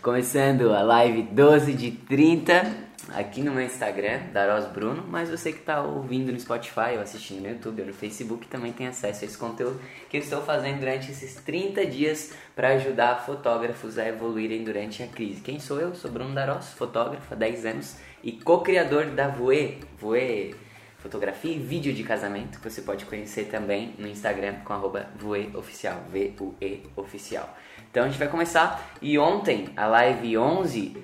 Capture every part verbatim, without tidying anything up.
Começando a live doze de trinta aqui no meu Instagram, Daros Bruno, mas você que está ouvindo no Spotify ou assistindo no YouTube ou no Facebook também tem acesso a esse conteúdo que eu estou fazendo durante esses trinta dias para ajudar fotógrafos a evoluírem durante a crise. Quem sou eu? Sou Bruno Daros, fotógrafo há dez anos e co-criador da Voe, Voe Fotografia e Vídeo de Casamento, que você pode conhecer também no Instagram com arroba voeoficial, V U E oficial. Então a gente vai começar, e ontem a live onze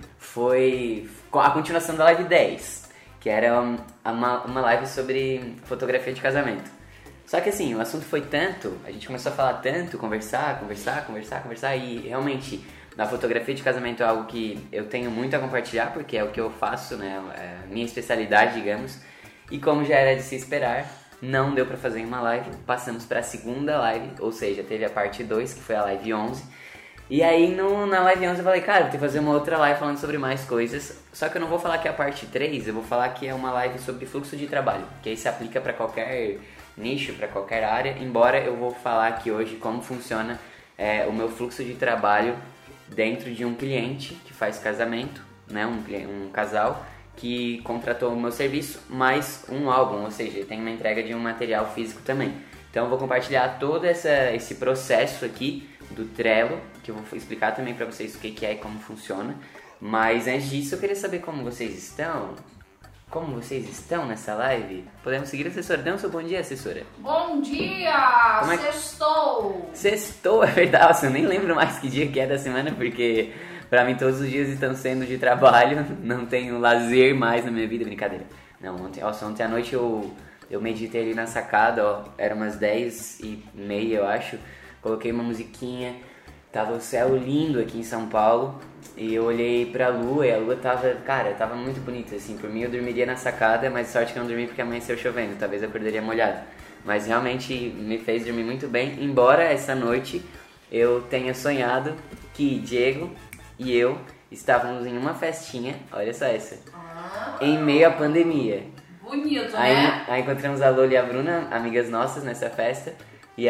foi a continuação da live dez, que era uma, uma live sobre fotografia de casamento. Só que assim, o assunto foi tanto, a gente começou a falar tanto, conversar, conversar, conversar, conversar, e realmente a fotografia de casamento é algo que eu tenho muito a compartilhar, porque é o que eu faço, né, é a minha especialidade, digamos. E como já era de se esperar, não deu pra fazer em uma live, passamos pra segunda live, ou seja, teve a parte dois, que foi a live onze. E aí no, na live onze eu falei, cara, vou ter que fazer uma outra live falando sobre mais coisas. Só que eu não vou falar que é a parte três, eu vou falar que é uma live sobre fluxo de trabalho, que aí se aplica pra qualquer nicho, pra qualquer área. Embora eu vou falar aqui hoje como funciona é, o meu fluxo de trabalho dentro de um cliente que faz casamento, né, um, um casal que contratou o meu serviço, mais um álbum, ou seja, tem uma entrega de um material físico também. Então eu vou compartilhar todo essa, esse processo aqui do Trello, que eu vou explicar também para vocês o que, que é e como funciona. Mas antes disso eu queria saber como vocês estão. Como vocês estão nessa live? Podemos seguir a assessora? Dê um seu bom dia, assessora. Bom dia! Como é que... Sextou! Sextou, é verdade. Eu nem lembro mais que dia que é da semana, porque pra mim todos os dias estão sendo de trabalho. Não tenho lazer mais na minha vida, brincadeira. Não, ontem, ó, ontem à noite eu, eu meditei ali na sacada, ó. Era umas dez e meia, eu acho. Coloquei uma musiquinha. Tava o céu lindo aqui em São Paulo. E eu olhei pra lua e a lua tava, cara, tava muito bonita, assim. Por mim eu dormiria na sacada, mas sorte que eu não dormi porque amanheceu chovendo. Talvez eu perderia molhado. Mas realmente me fez dormir muito bem. Embora essa noite eu tenha sonhado que Diego e eu estávamos em uma festinha. Olha só essa. Ah, em meio à pandemia. Bonito, aí, né? Aí encontramos a Lola e a Bruna, amigas nossas, nessa festa. E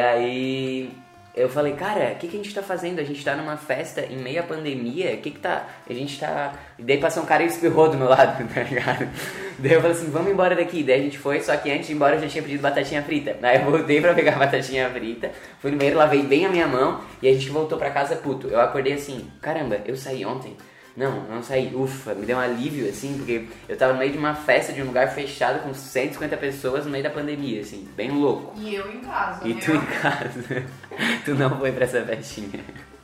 aí eu falei, cara, o que, que a gente tá fazendo? A gente tá numa festa em meio à pandemia, o que que tá... A gente tá... E daí passou um cara e espirrou do meu lado, tá ligado? Daí eu falei assim, vamos embora daqui. Daí a gente foi, só que antes de ir embora eu já tinha pedido batatinha frita. Aí eu voltei pra pegar a batatinha frita, fui no banheiro, lavei bem a minha mão e a gente voltou pra casa puto. Eu acordei assim, caramba, eu saí ontem? Não, não saí. Ufa, me deu um alívio, assim, porque eu tava no meio de uma festa de um lugar fechado com cento e cinquenta pessoas no meio da pandemia, assim, bem louco. E eu em casa, E né? tu em casa. Tu não foi pra essa festinha.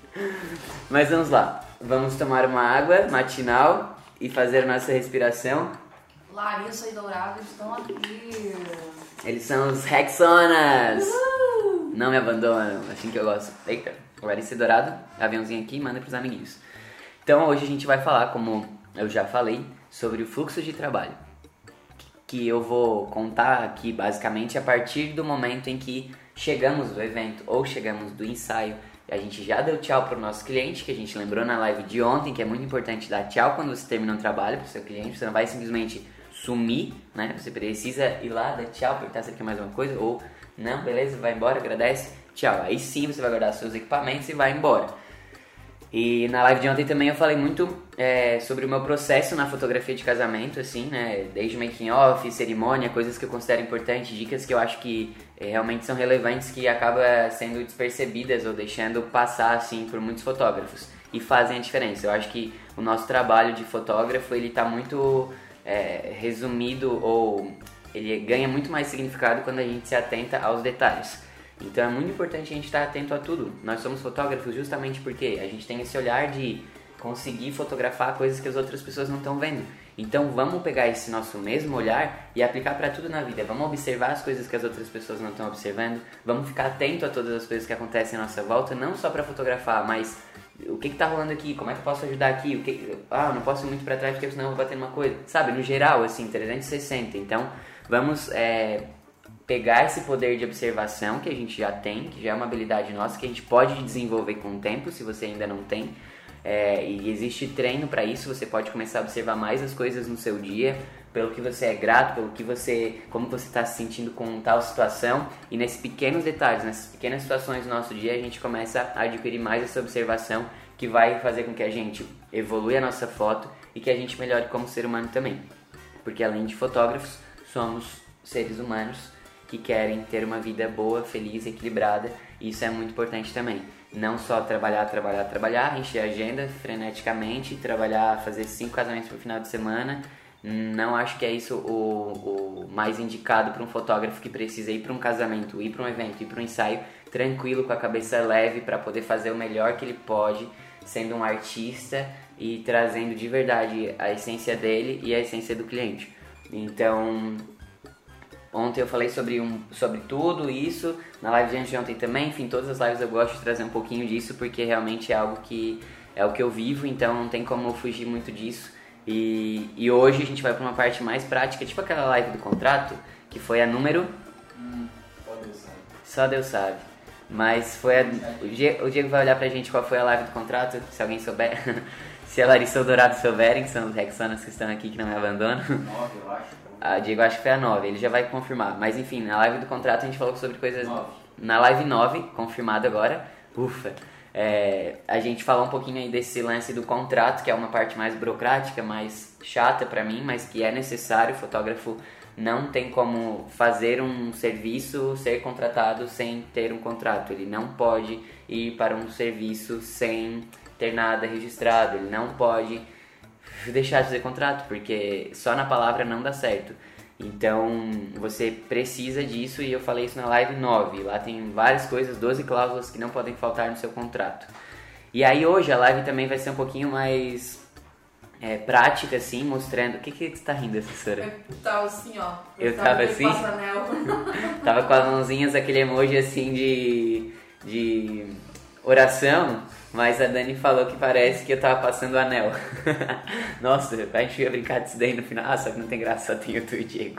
Mas vamos lá. Vamos tomar uma água matinal e fazer a nossa respiração. Larissa e Dourado estão aqui. Eles são os Rexonas. Uh! Não me abandonam, assim que eu gosto. Eita, Larissa e Dourado, aviãozinho aqui, manda pros amiguinhos. Então hoje a gente vai falar, como eu já falei, sobre o fluxo de trabalho, que eu vou contar aqui basicamente a partir do momento em que chegamos do evento ou chegamos do ensaio. A gente já deu tchau pro nosso cliente, que a gente lembrou na live de ontem, que é muito importante dar tchau quando você termina um trabalho pro seu cliente. Você não vai simplesmente sumir, né? Você precisa ir lá, dar tchau, perguntar se ele quer mais uma coisa, ou não, beleza, vai embora, agradece, tchau. Aí sim você vai guardar seus equipamentos e vai embora. E na live de ontem também eu falei muito é, sobre o meu processo na fotografia de casamento, assim, né? Desde making off, cerimônia, coisas que eu considero importantes, dicas que eu acho que é, realmente são relevantes, que acabam sendo despercebidas ou deixando passar, assim, por muitos fotógrafos. E fazem a diferença. Eu acho que o nosso trabalho de fotógrafo, ele tá muito é, resumido, ou ele ganha muito mais significado quando a gente se atenta aos detalhes. Então é muito importante a gente estar atento a tudo. Nós somos fotógrafos justamente porque a gente tem esse olhar de conseguir fotografar coisas que as outras pessoas não estão vendo. Então vamos pegar esse nosso mesmo olhar e aplicar para tudo na vida. Vamos observar as coisas que as outras pessoas não estão observando. Vamos ficar atento a todas as coisas que acontecem à nossa volta, não só para fotografar, mas o que está rolando aqui, como é que eu posso ajudar aqui, o que... ah, eu não posso ir muito para trás porque senão eu vou bater numa coisa. Sabe, no geral, assim, trezentos e sessenta. Então vamos... É... pegar esse poder de observação que a gente já tem, que já é uma habilidade nossa, que a gente pode desenvolver com o tempo, se você ainda não tem. É, e existe treino para isso, você pode começar a observar mais as coisas no seu dia, pelo que você é grato, pelo que você, como você está se sentindo com tal situação. E nesses pequenos detalhes, nessas pequenas situações do nosso dia, a gente começa a adquirir mais essa observação, que vai fazer com que a gente evolui a nossa foto e que a gente melhore como ser humano também. Porque além de fotógrafos, somos seres humanos que querem ter uma vida boa, feliz, equilibrada, e isso é muito importante também. Não só trabalhar, trabalhar, trabalhar, encher a agenda freneticamente, trabalhar, fazer cinco casamentos por final de semana. Não acho que é isso o, o mais indicado para um fotógrafo que precisa ir para um casamento, ir para um evento, ir para um ensaio, tranquilo, com a cabeça leve, para poder fazer o melhor que ele pode, sendo um artista e trazendo de verdade a essência dele e a essência do cliente. Então, ontem eu falei sobre, um, sobre tudo isso, na live de antes de ontem também, enfim, todas as lives eu gosto de trazer um pouquinho disso, porque realmente é algo que é o que eu vivo, então não tem como eu fugir muito disso. E, e hoje a gente vai para uma parte mais prática, tipo aquela live do contrato, que foi a número... Hum, só Deus sabe. Só Deus sabe. Mas foi a... O Diego, o Diego vai olhar pra gente qual foi a live do contrato, se alguém souber. Se a Larissa ou o Dourado souberem, que são os Rexonas que estão aqui, que não me abandonam. Nove, eu acho. A Diego acho que foi a nove, ele já vai confirmar. Mas enfim, na live do contrato a gente falou sobre coisas... Nove. Na live nove, confirmado agora, ufa, é, a gente falou um pouquinho aí desse lance do contrato, que é uma parte mais burocrática, mais chata pra mim, mas que é necessário. O fotógrafo não tem como fazer um serviço, ser contratado sem ter um contrato. Ele não pode ir para um serviço sem ter nada registrado, ele não pode deixar de fazer contrato, porque só na palavra não dá certo. Então, você precisa disso, e eu falei isso na live nove. Lá tem várias coisas, doze cláusulas que não podem faltar no seu contrato. E aí hoje a live também vai ser um pouquinho mais é, prática, assim, mostrando... O que que você tá rindo, assessora? Eu tava assim, ó. Eu tava assim? Tava com as mãozinhas, aquele emoji assim de, de oração, mas a Dani falou que parece que eu tava passando o anel. Nossa, a gente ia brincar disso daí no final. Ah, só que não tem graça, só tem eu e o Diego.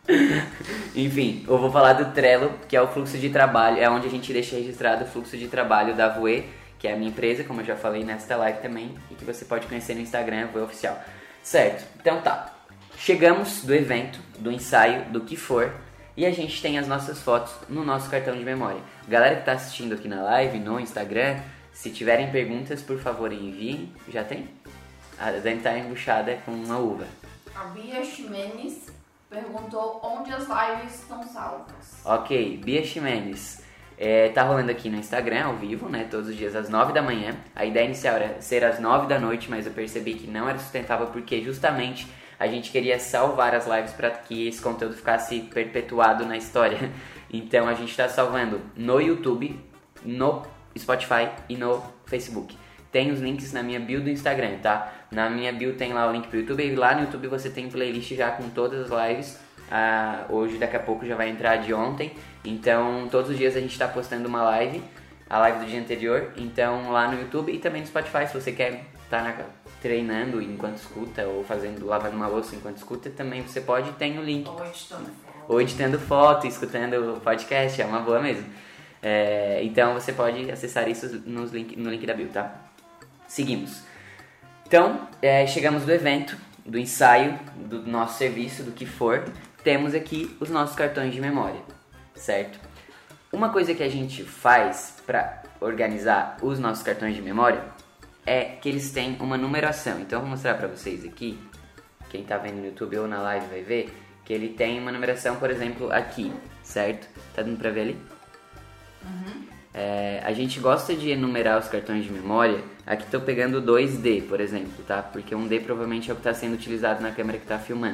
Enfim, eu vou falar do Trello, que é o fluxo de trabalho, é onde a gente deixa registrado o fluxo de trabalho da Voe, que é a minha empresa, como eu já falei nesta live também, e que você pode conhecer no Instagram, Voe Oficial. Certo, então tá. Chegamos do evento, do ensaio, do que for, e a gente tem as nossas fotos no nosso cartão de memória. Galera que tá assistindo aqui na live, no Instagram, se tiverem perguntas, por favor, enviem. Já tem? A Dani tá embuchada com uma uva. A Bia Ximenes perguntou onde as lives estão salvas. Ok, Bia Ximenes. É, tá rolando aqui no Instagram, ao vivo, né? Todos os dias às nove da manhã. A ideia inicial era ser às nove da noite, mas eu percebi que não era sustentável porque justamente a gente queria salvar as lives para que esse conteúdo ficasse perpetuado na história. Então a gente tá salvando no YouTube, no Spotify e no Facebook. Tem os links na minha bio do Instagram, tá? Na minha bio tem lá o link pro YouTube, e lá no YouTube você tem playlist já com todas as lives. Ah, hoje, daqui a pouco, já vai entrar de ontem. Então, todos os dias a gente tá postando uma live, a live do dia anterior. Então, lá no YouTube e também no Spotify, se você quer estar tá treinando enquanto escuta, ou fazendo, lavando uma louça enquanto escuta, também você pode, tem o link. Ou editando foto. Ou editando foto, escutando o podcast, é uma boa mesmo. É, então você pode acessar isso nos link, no link da bio, tá? Seguimos. Então, é, chegamos do evento, do ensaio, do nosso serviço, do que for. Temos aqui os nossos cartões de memória, certo? Uma coisa que a gente faz para organizar os nossos cartões de memória é que eles têm uma numeração. Então eu vou mostrar para vocês aqui, quem tá vendo no YouTube ou na live vai ver, que ele tem uma numeração, por exemplo, aqui, certo? Tá dando pra ver ali? Uhum. É, a gente gosta de enumerar os cartões de memória. Aqui estou pegando o dois D, por exemplo, tá? Porque um D provavelmente é o que está sendo utilizado na câmera que está filmando.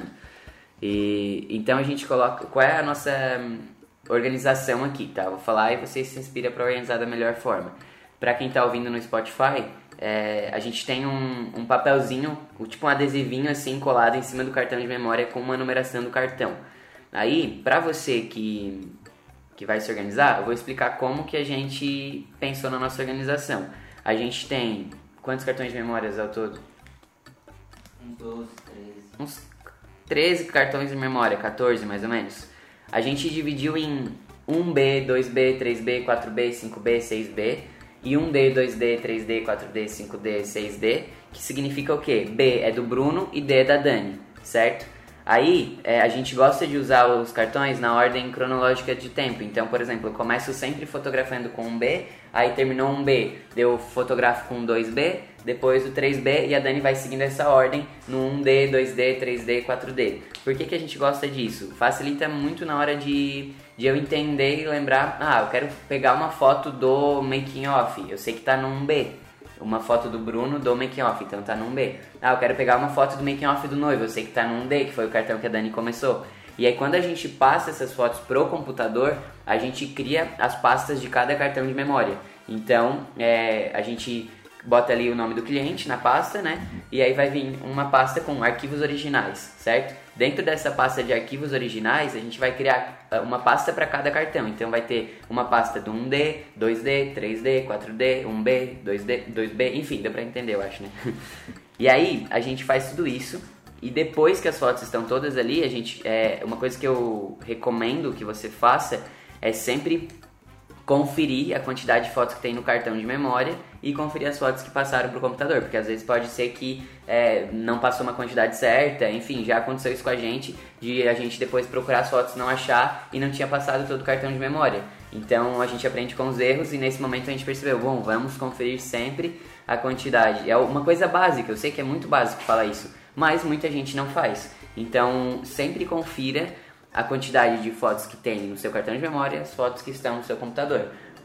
E então a gente coloca qual é a nossa hum, organização aqui, tá? Vou falar e você se inspira para organizar da melhor forma. Para quem está ouvindo no Spotify, é, a gente tem um, um papelzinho, tipo um adesivinho assim colado em cima do cartão de memória com uma numeração do cartão. Aí, para você que que vai se organizar, eu vou explicar como que a gente pensou na nossa organização. A gente tem quantos cartões de memória ao todo? Uns doze, treze. Uns treze cartões de memória, quatorze mais ou menos. A gente dividiu em um B, dois B, três B, quatro B, cinco B, seis B e um D, dois D, três D, quatro D, cinco D, seis D, que significa o quê? B é do Bruno e D é da Dani, certo? Aí, é, a gente gosta de usar os cartões na ordem cronológica de tempo. Então, por exemplo, eu começo sempre fotografando com um B, aí terminou um B, eu fotografo com dois B, depois o três B e a Dani vai seguindo essa ordem no um D, dois D, três D, quatro D. Por que que a gente gosta disso? Facilita muito na hora de, de eu entender e lembrar, ah, eu quero pegar uma foto do making off, eu sei que tá no um B. Uma foto do Bruno do making off, então tá no um B. Ah, eu quero pegar uma foto do making off do noivo, eu sei que tá no um D, que foi o cartão que a Dani começou. E aí quando a gente passa essas fotos pro computador, a gente cria as pastas de cada cartão de memória. Então, é, a gente bota ali o nome do cliente na pasta, né? E aí vai vir uma pasta com arquivos originais, certo? Dentro dessa pasta de arquivos originais, a gente vai criar uma pasta para cada cartão. Então vai ter uma pasta do um D, dois D, três D, quatro D, um B, dois D, dois B, enfim, deu pra entender, eu acho, né? E aí a gente faz tudo isso e depois que as fotos estão todas ali, a gente, é, uma coisa que eu recomendo que você faça é sempre conferir a quantidade de fotos que tem no cartão de memória e conferir as fotos que passaram para o computador, porque às vezes pode ser que é, não passou uma quantidade certa, enfim, já aconteceu isso com a gente, de a gente depois procurar as fotos, não achar e não tinha passado todo o cartão de memória. Então a gente aprende com os erros e nesse momento a gente percebeu, bom, vamos conferir sempre a quantidade. É uma coisa básica, eu sei que é muito básico falar isso, mas muita gente não faz. Então sempre confira a quantidade de fotos que tem no seu cartão de memória, as fotos que estão no seu computador.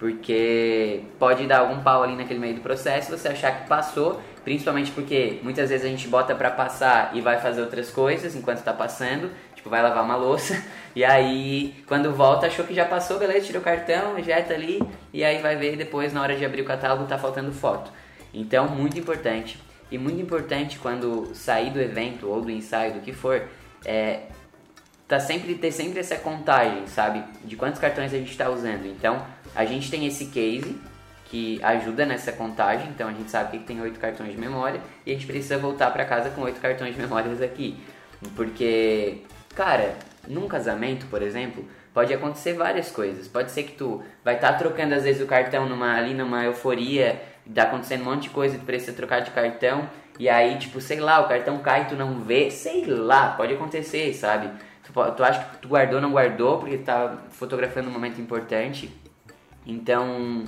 Porque pode dar algum pau ali naquele meio do processo, você achar que passou, principalmente porque muitas vezes a gente bota pra passar e vai fazer outras coisas enquanto tá passando, tipo vai lavar uma louça, e aí quando volta achou que já passou, beleza, tira o cartão, ejeta ali, e aí vai ver depois na hora de abrir o catálogo tá faltando foto. Então, muito importante, e muito importante quando sair do evento ou do ensaio, do que for, é... Tá sempre, ter sempre essa contagem, sabe? De quantos cartões a gente está usando. Então, a gente tem esse case que ajuda nessa contagem. Então, a gente sabe que tem oito cartões de memória e a gente precisa voltar para casa com oito cartões de memórias aqui. Porque, cara, num casamento, por exemplo, pode acontecer várias coisas. Pode ser que tu vai estar tá trocando, às vezes, o cartão numa, ali numa euforia, tá acontecendo um monte de coisa e tu precisa trocar de cartão. E aí, tipo, sei lá, o cartão cai e tu não vê. Sei lá, pode acontecer, sabe? Tu, tu acha que tu guardou ou não guardou porque tu tá fotografando um momento importante. Então,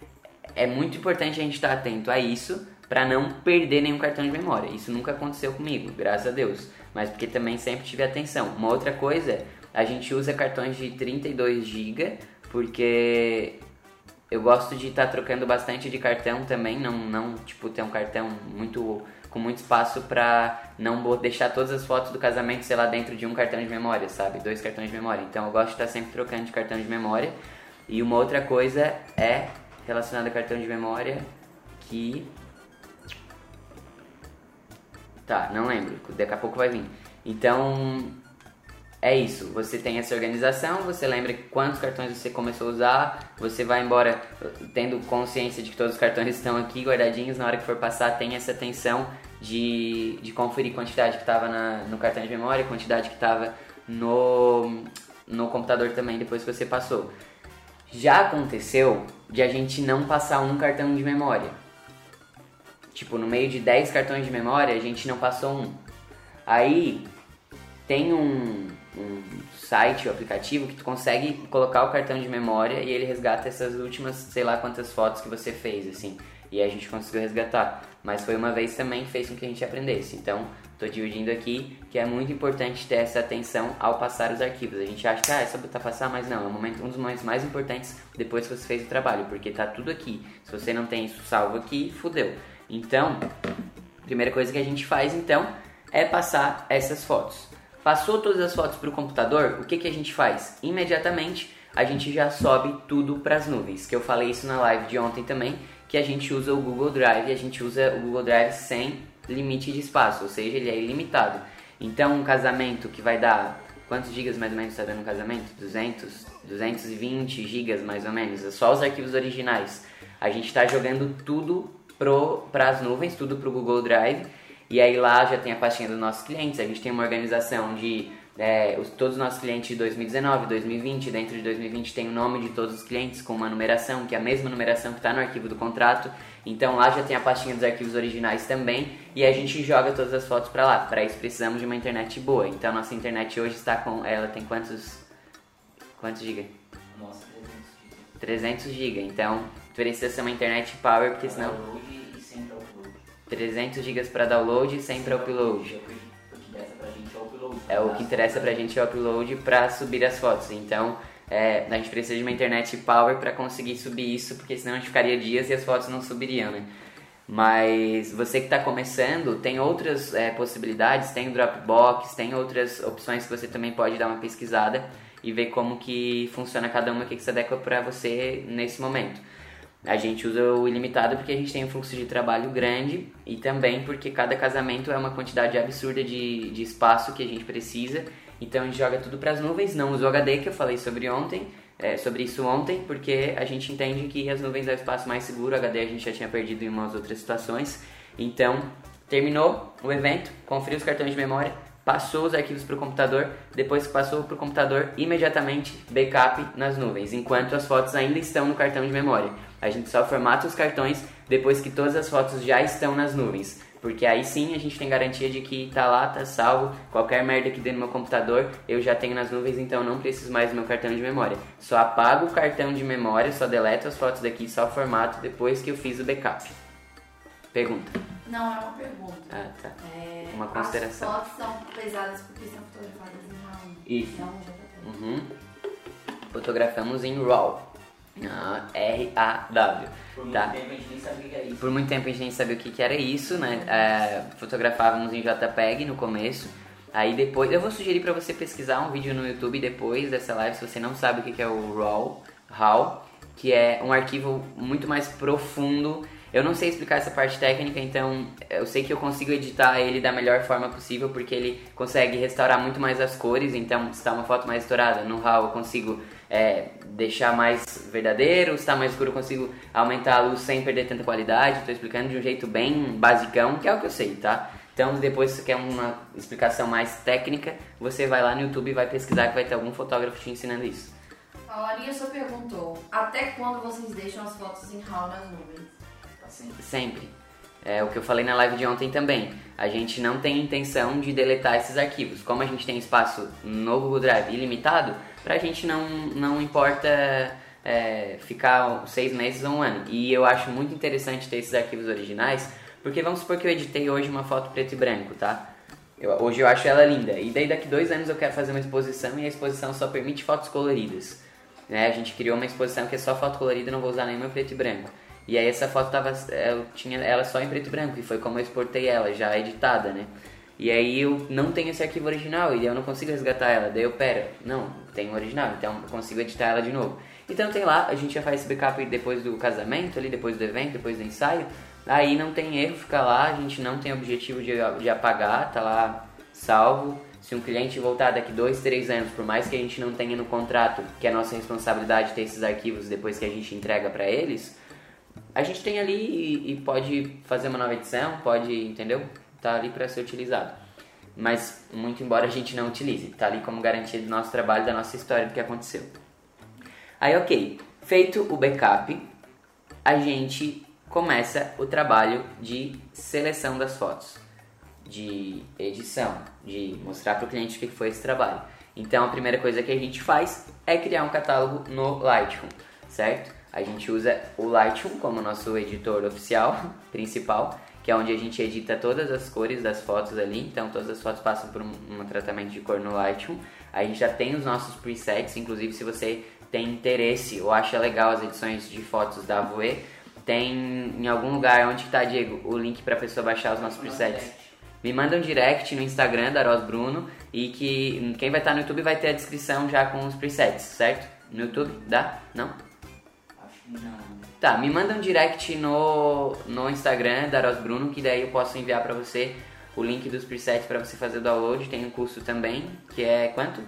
é muito importante a gente estar atento a isso para não perder nenhum cartão de memória. Isso nunca aconteceu comigo, graças a Deus. Mas porque também sempre tive atenção. Uma outra coisa, a gente usa cartões de trinta e dois gigas porque eu gosto de estar tá trocando bastante de cartão também. Não, não tipo, ter um cartão muito... com muito espaço pra não deixar todas as fotos do casamento, sei lá, dentro de um cartão de memória, sabe? Dois cartões de memória. Então eu gosto de estar sempre trocando de cartão de memória. E uma outra coisa é relacionada a cartão de memória que... Tá, não lembro. Daqui a pouco vai vir. Então, é isso. Você tem essa organização, você lembra quantos cartões você começou a usar, você vai embora tendo consciência de que todos os cartões estão aqui guardadinhos, na hora que for passar tem essa atenção de, de conferir quantidade que estava no cartão de memória, quantidade que estava no, no computador também depois que você passou. Já aconteceu de a gente não passar um cartão de memória. Tipo, no meio de dez cartões de memória, a gente não passou um. Aí, tem um... um site ou aplicativo que tu consegue colocar o cartão de memória e ele resgata essas últimas, sei lá quantas fotos que você fez, assim. E a gente conseguiu resgatar. Mas foi uma vez também que fez com que a gente aprendesse. Então, tô dividindo aqui que é muito importante ter essa atenção ao passar os arquivos. A gente acha que ah, é só botar passar, mas não. É um, momento, um dos momentos mais importantes depois que você fez o trabalho, porque tá tudo aqui. Se você não tem isso salvo aqui, fudeu. Então, a primeira coisa que a gente faz, então, é passar essas fotos. Passou todas as fotos para o computador, o que, que a gente faz? Imediatamente a gente já sobe tudo para as nuvens, que eu falei isso na live de ontem também, que a gente usa o Google Drive, a gente usa o Google Drive sem limite de espaço, ou seja, ele é ilimitado. Então um casamento que vai dar, quantos gigas mais ou menos está dando um casamento? duzentos, duzentos e vinte gigas mais ou menos, é só os arquivos originais. A gente está jogando tudo para as nuvens, tudo para o Google Drive. E aí lá já tem a pastinha dos nossos clientes, a gente tem uma organização de é, os, todos os nossos clientes de dois mil e dezenove, dois mil e vinte, dentro de dois mil e vinte tem o nome de todos os clientes com uma numeração, que é a mesma numeração que está no arquivo do contrato. Então lá já tem a pastinha dos arquivos originais também e a gente joga todas as fotos para lá. Para isso precisamos de uma internet boa, então a nossa internet hoje está com, ela tem quantos, quantos gigas? Nossa, trezentos gigas. trezentos gigas, então precisa ser uma internet power, porque senão... Download e sem download. trezentos gigas para download e cem para upload. O que interessa pra gente é o upload. É o que interessa pra gente é o upload para subir as fotos. Então, é, a gente precisa de uma internet power para conseguir subir isso, porque senão a gente ficaria dias e as fotos não subiriam, né? Mas você que está começando, tem outras é, possibilidades, tem o Dropbox, tem outras opções que você também pode dar uma pesquisada e ver como que funciona cada uma, o que se adequa para você nesse momento. A gente usa o ilimitado porque a gente tem um fluxo de trabalho grande e também porque cada casamento é uma quantidade absurda de, de espaço que a gente precisa. Então a gente joga tudo para as nuvens, não usa o H D que eu falei sobre ontem, é, sobre isso ontem, porque a gente entende que as nuvens é o espaço mais seguro, o H D a gente já tinha perdido em umas outras situações. Então, terminou o evento, conferiu os cartões de memória, passou os arquivos para o computador, depois que passou para o computador, imediatamente backup nas nuvens, enquanto as fotos ainda estão no cartão de memória. A gente só formata os cartões depois que todas as fotos já estão nas nuvens. Porque aí sim a gente tem garantia de que tá lá, tá salvo, qualquer merda que dê no meu computador eu já tenho nas nuvens, então não preciso mais do meu cartão de memória. Só apago o cartão de memória, só deleto as fotos daqui, só formato depois que eu fiz o backup. Pergunta. Não é uma pergunta. Ah, tá. É, Uma consideração. As fotos são pesadas porque são fotografadas em RAW. Isso. Não, já tá tendo. Uhum. Fotografamos em RAW. Ah, R A W. Por muito Tá. tempo a gente nem sabia o que era isso. Por muito tempo a gente nem sabia o que, que era isso, né? É, fotografávamos em JPEG no começo. Aí depois, eu vou sugerir para você pesquisar um vídeo no YouTube depois dessa live, se você não sabe o que, que é o RAW, RAW, que é um arquivo muito mais profundo. Eu não sei explicar essa parte técnica, então eu sei que eu consigo editar ele da melhor forma possível, porque ele consegue restaurar muito mais as cores. Então, se está uma foto mais estourada no RAW, eu consigo é, deixar mais verdadeiro. Se está mais escuro, eu consigo aumentar a luz sem perder tanta qualidade. Estou explicando de um jeito bem basicão, que é o que eu sei, tá? Então, depois, se você quer uma explicação mais técnica, você vai lá no YouTube e vai pesquisar que vai ter algum fotógrafo te ensinando isso. A Larinha só perguntou, até quando vocês deixam as fotos em RAW nas nuvens? Assim. Sempre. É o que eu falei na live de ontem também. A gente não tem intenção de deletar esses arquivos. Como a gente tem espaço no Google Drive ilimitado, pra gente não, não importa é, ficar seis meses ou um ano. E eu acho muito interessante ter esses arquivos originais, porque vamos supor que eu editei hoje uma foto preto e branco, tá? Eu, hoje eu acho ela linda. E daí daqui dois anos eu quero fazer uma exposição e a exposição só permite fotos coloridas. Né? A gente criou uma exposição que é só foto colorida e não vou usar nenhuma preto e branco. E aí essa foto tava, eu tinha ela só em preto e branco, e foi como eu exportei ela, já editada, né? E aí eu não tenho esse arquivo original, e eu não consigo resgatar ela. Daí eu, pera, não, tem o original, então eu consigo editar ela de novo. Então tem lá, a gente já faz esse backup depois do casamento, ali, depois do evento, depois do ensaio. Aí não tem erro, fica lá, a gente não tem objetivo de, de apagar, tá lá salvo. Se um cliente voltar daqui dois, três anos, por mais que a gente não tenha no contrato, que é a nossa responsabilidade ter esses arquivos depois que a gente entrega pra eles, a gente tem ali e, e pode fazer uma nova edição, pode, entendeu? Tá ali para ser utilizado. Mas, muito embora a gente não utilize, tá ali como garantia do nosso trabalho, da nossa história, do que aconteceu. Aí, ok, feito o backup, a gente começa o trabalho de seleção das fotos, de edição, de mostrar para o cliente o que foi esse trabalho. Então, a primeira coisa que a gente faz é criar um catálogo no Lightroom, certo? A gente usa o Lightroom como nosso editor oficial, principal, que é onde a gente edita todas as cores das fotos ali. Então todas as fotos passam por um, um tratamento de cor no Lightroom. A gente já tem os nossos presets, inclusive se você tem interesse ou acha legal as edições de fotos da Voe, tem em algum lugar, onde está, Diego, o link para a pessoa baixar os nossos presets. Me manda um direct no Instagram da Ros Bruno, e que quem vai estar no YouTube vai ter a descrição já com os presets, certo? No YouTube, dá? Não? Não. Tá, me manda um direct no, no Instagram da Ros Bruno, que daí eu posso enviar pra você o link dos presets pra você fazer o download. Tem um custo também, que é quanto?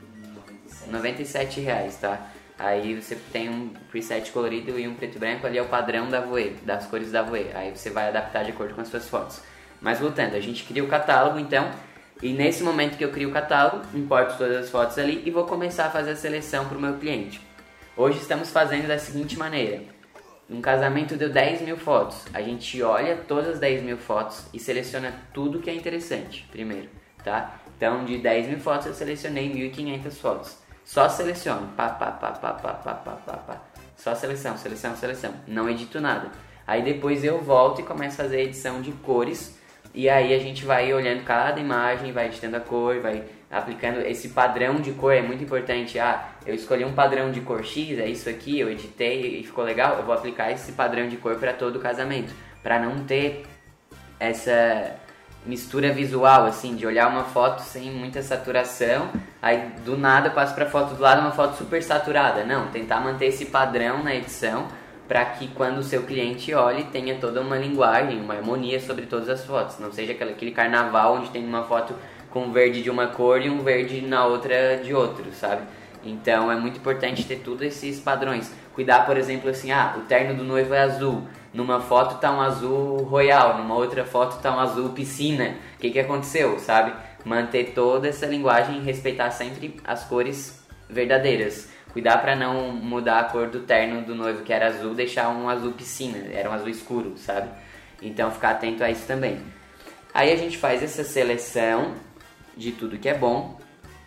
noventa e sete reais, tá? Aí você tem um preset colorido e um preto e branco, ali é o padrão da Voe, das cores da Voe. Aí você vai adaptar de acordo com as suas fotos. Mas voltando, a gente cria o catálogo então, e nesse momento que eu crio o catálogo, importo todas as fotos ali e vou começar a fazer a seleção pro meu cliente. Hoje estamos fazendo da seguinte maneira: um casamento deu dez mil fotos, a gente olha todas as dez mil fotos e seleciona tudo que é interessante primeiro, tá? Então de dez mil fotos eu selecionei mil e quinhentas fotos, só seleciono, pá, pá, pá, pá, pá, pá, pá, pá, pá. Só seleção, seleção, seleção, não edito nada. Aí depois eu volto e começo a fazer a edição de cores. E aí a gente vai olhando cada imagem, vai editando a cor, vai aplicando esse padrão de cor. É muito importante. Ah, eu escolhi um padrão de cor X, é isso aqui, eu editei e ficou legal. Eu vou aplicar esse padrão de cor para todo o casamento, para não ter essa mistura visual, assim, de olhar uma foto sem muita saturação, aí do nada eu passo para foto do lado, uma foto super saturada. Não, tentar manter esse padrão na edição, para que quando o seu cliente olhe, tenha toda uma linguagem, uma harmonia sobre todas as fotos. Não seja aquele carnaval onde tem uma foto com verde de uma cor e um verde na outra de outro, sabe? Então é muito importante ter todos esses padrões. Cuidar, por exemplo, assim, ah, o terno do noivo é azul. Numa foto tá um azul royal, numa outra foto tá um azul piscina. O que que aconteceu, sabe? Manter toda essa linguagem e respeitar sempre as cores verdadeiras. Cuidar para não mudar a cor do terno do noivo, que era azul, deixar um azul piscina, era um azul escuro, sabe? Então ficar atento a isso também. Aí a gente faz essa seleção de tudo que é bom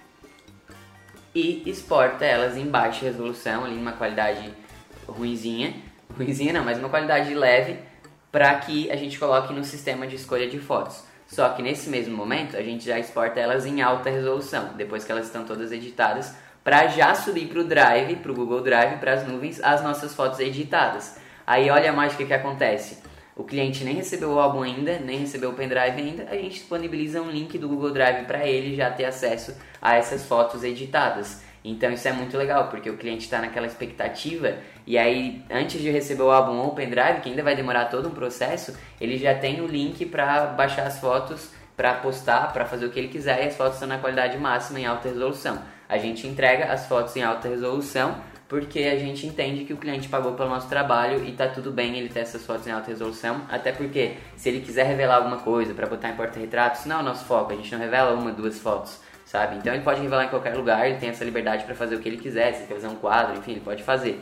e exporta elas em baixa resolução, ali numa qualidade ruinzinha, ruinzinha não, mas uma qualidade leve, para que a gente coloque no sistema de escolha de fotos. Só que nesse mesmo momento a gente já exporta elas em alta resolução, depois que elas estão todas editadas, para já subir para o Drive, para o Google Drive, para as nuvens, as nossas fotos editadas. Aí olha a mágica que acontece. O cliente nem recebeu o álbum ainda, nem recebeu o pendrive ainda, a gente disponibiliza um link do Google Drive para ele já ter acesso a essas fotos editadas. Então isso é muito legal, porque o cliente está naquela expectativa, e aí antes de receber o álbum ou o pendrive, que ainda vai demorar todo um processo, ele já tem o link para baixar as fotos, para postar, para fazer o que ele quiser, e as fotos estão na qualidade máxima em alta resolução. A gente entrega as fotos em alta resolução porque a gente entende que o cliente pagou pelo nosso trabalho e tá tudo bem ele ter essas fotos em alta resolução, até porque se ele quiser revelar alguma coisa para botar em porta-retrato, isso não é o nosso foco, a gente não revela uma, duas fotos, sabe? Então ele pode revelar em qualquer lugar, ele tem essa liberdade para fazer o que ele quiser, se ele quer fazer um quadro, enfim, ele pode fazer.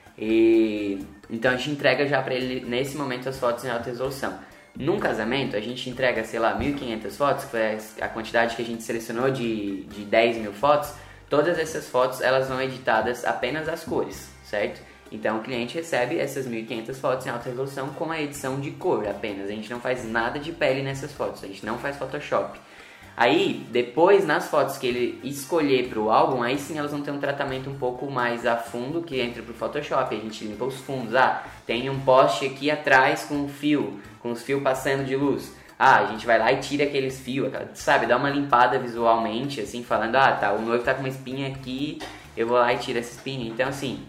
E então a gente entrega já para ele nesse momento as fotos em alta resolução. Num casamento, a gente entrega, sei lá, mil e quinhentas fotos, que foi a quantidade que a gente selecionou de, de dez mil fotos. Todas essas fotos, elas vão editadas apenas as cores, certo? Então o cliente recebe essas mil e quinhentas fotos em alta resolução com a edição de cor apenas. A gente não faz nada de pele nessas fotos, a gente não faz Photoshop. Aí, depois, nas fotos que ele escolher para o álbum, aí sim elas vão ter um tratamento um pouco mais a fundo, que entra para o Photoshop. A gente limpa os fundos. Ah, tem um poste aqui atrás com um fio, com os fios passando de luz. Ah, a gente vai lá e tira aqueles fios, sabe? Dá uma limpada visualmente, assim, falando, ah, tá, o noivo tá com uma espinha aqui, eu vou lá e tiro essa espinha. Então, assim,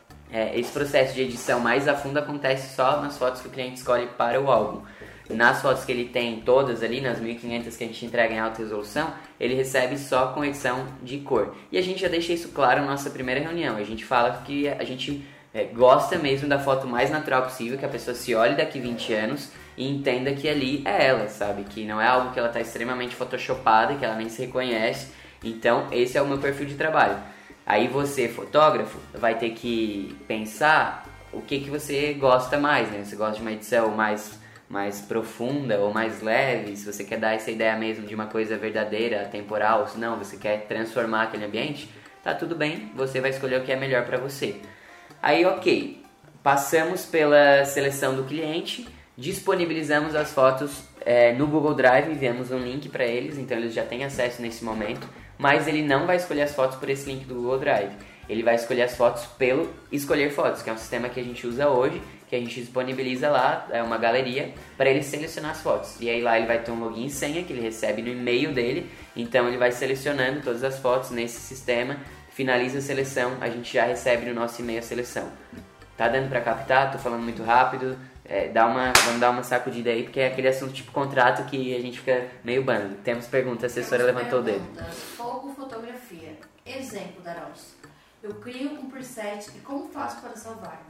é, esse processo de edição mais a fundo acontece só nas fotos que o cliente escolhe para o álbum. Nas fotos que ele tem todas ali, nas mil e quinhentas que a gente entrega em alta resolução, ele recebe só com edição de cor. E a gente já deixa isso claro na nossa primeira reunião. A gente fala que a gente é, gosta mesmo da foto mais natural possível, que a pessoa se olhe daqui vinte anos e entenda que ali é ela, sabe? Que não é algo que ela está extremamente photoshopada, que ela nem se reconhece. Então, esse é o meu perfil de trabalho. Aí você, fotógrafo, vai ter que pensar o que, que você gosta mais, né? Você gosta de uma edição mais... mais profunda ou mais leve, se você quer dar essa ideia mesmo de uma coisa verdadeira, temporal, se não, você quer transformar aquele ambiente, tá tudo bem, você vai escolher o que é melhor para você. Aí, ok, passamos pela seleção do cliente, disponibilizamos as fotos é, no Google Drive, enviamos um link para eles, então eles já têm acesso nesse momento, mas ele não vai escolher as fotos por esse link do Google Drive. Ele vai escolher as fotos pelo Escolher Fotos, que é um sistema que a gente usa hoje, que a gente disponibiliza lá, é uma galeria, para ele selecionar as fotos. E aí lá ele vai ter um login e senha que ele recebe no e-mail dele, então ele vai selecionando todas as fotos nesse sistema, finaliza a seleção, a gente já recebe no nosso e-mail a seleção. Tá dando para captar? Tô falando muito rápido, é, dá uma, vamos dar uma sacudida aí, porque é aquele assunto tipo contrato que a gente fica meio bando. Temos pergunta, a assessora Temos levantou perguntas. o dedo. Fogo, fotografia. Exemplo, Daros. Eu crio um preset e como faço para salvar?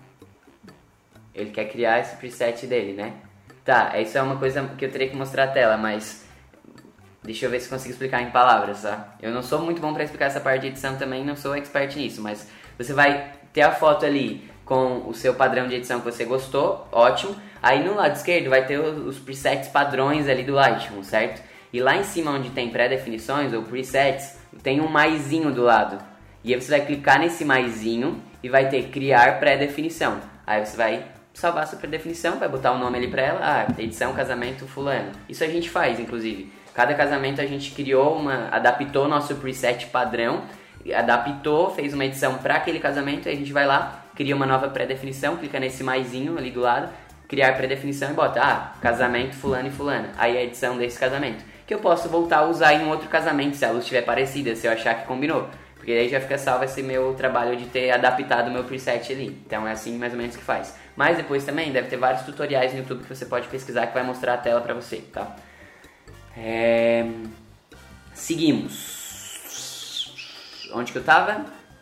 Ele quer criar esse preset dele, né? Tá, isso é uma coisa que eu teria que mostrar a tela, mas deixa eu ver se consigo explicar em palavras, tá? Eu não sou muito bom para explicar essa parte de edição também, não sou expert nisso, mas você vai ter a foto ali com o seu padrão de edição que você gostou, ótimo. Aí no lado esquerdo vai ter os presets padrões ali do Lightroom, certo? E lá em cima onde tem pré-definições ou presets, tem um maisinho do lado. E aí você vai clicar nesse maisinho e vai ter criar pré-definição. Aí você vai salvar essa pré-definição, vai botar o nome ali pra ela, ah, edição casamento fulano. Isso a gente faz, inclusive. Cada casamento a gente criou uma, adaptou nosso preset padrão, adaptou, fez uma edição para aquele casamento, e a gente vai lá, cria uma nova pré-definição, clica nesse maisinho ali do lado, criar pré-definição e bota, ah, casamento fulano e fulana, aí a edição desse casamento, que eu posso voltar a usar em um outro casamento, se a luz estiver parecida, se eu achar que combinou, porque aí já fica salvo esse meu trabalho de ter adaptado o meu preset ali, então é assim mais ou menos que faz. Mas depois também deve ter vários tutoriais no YouTube que você pode pesquisar que vai mostrar a tela pra você, tá? É... Seguimos. Onde que eu tava?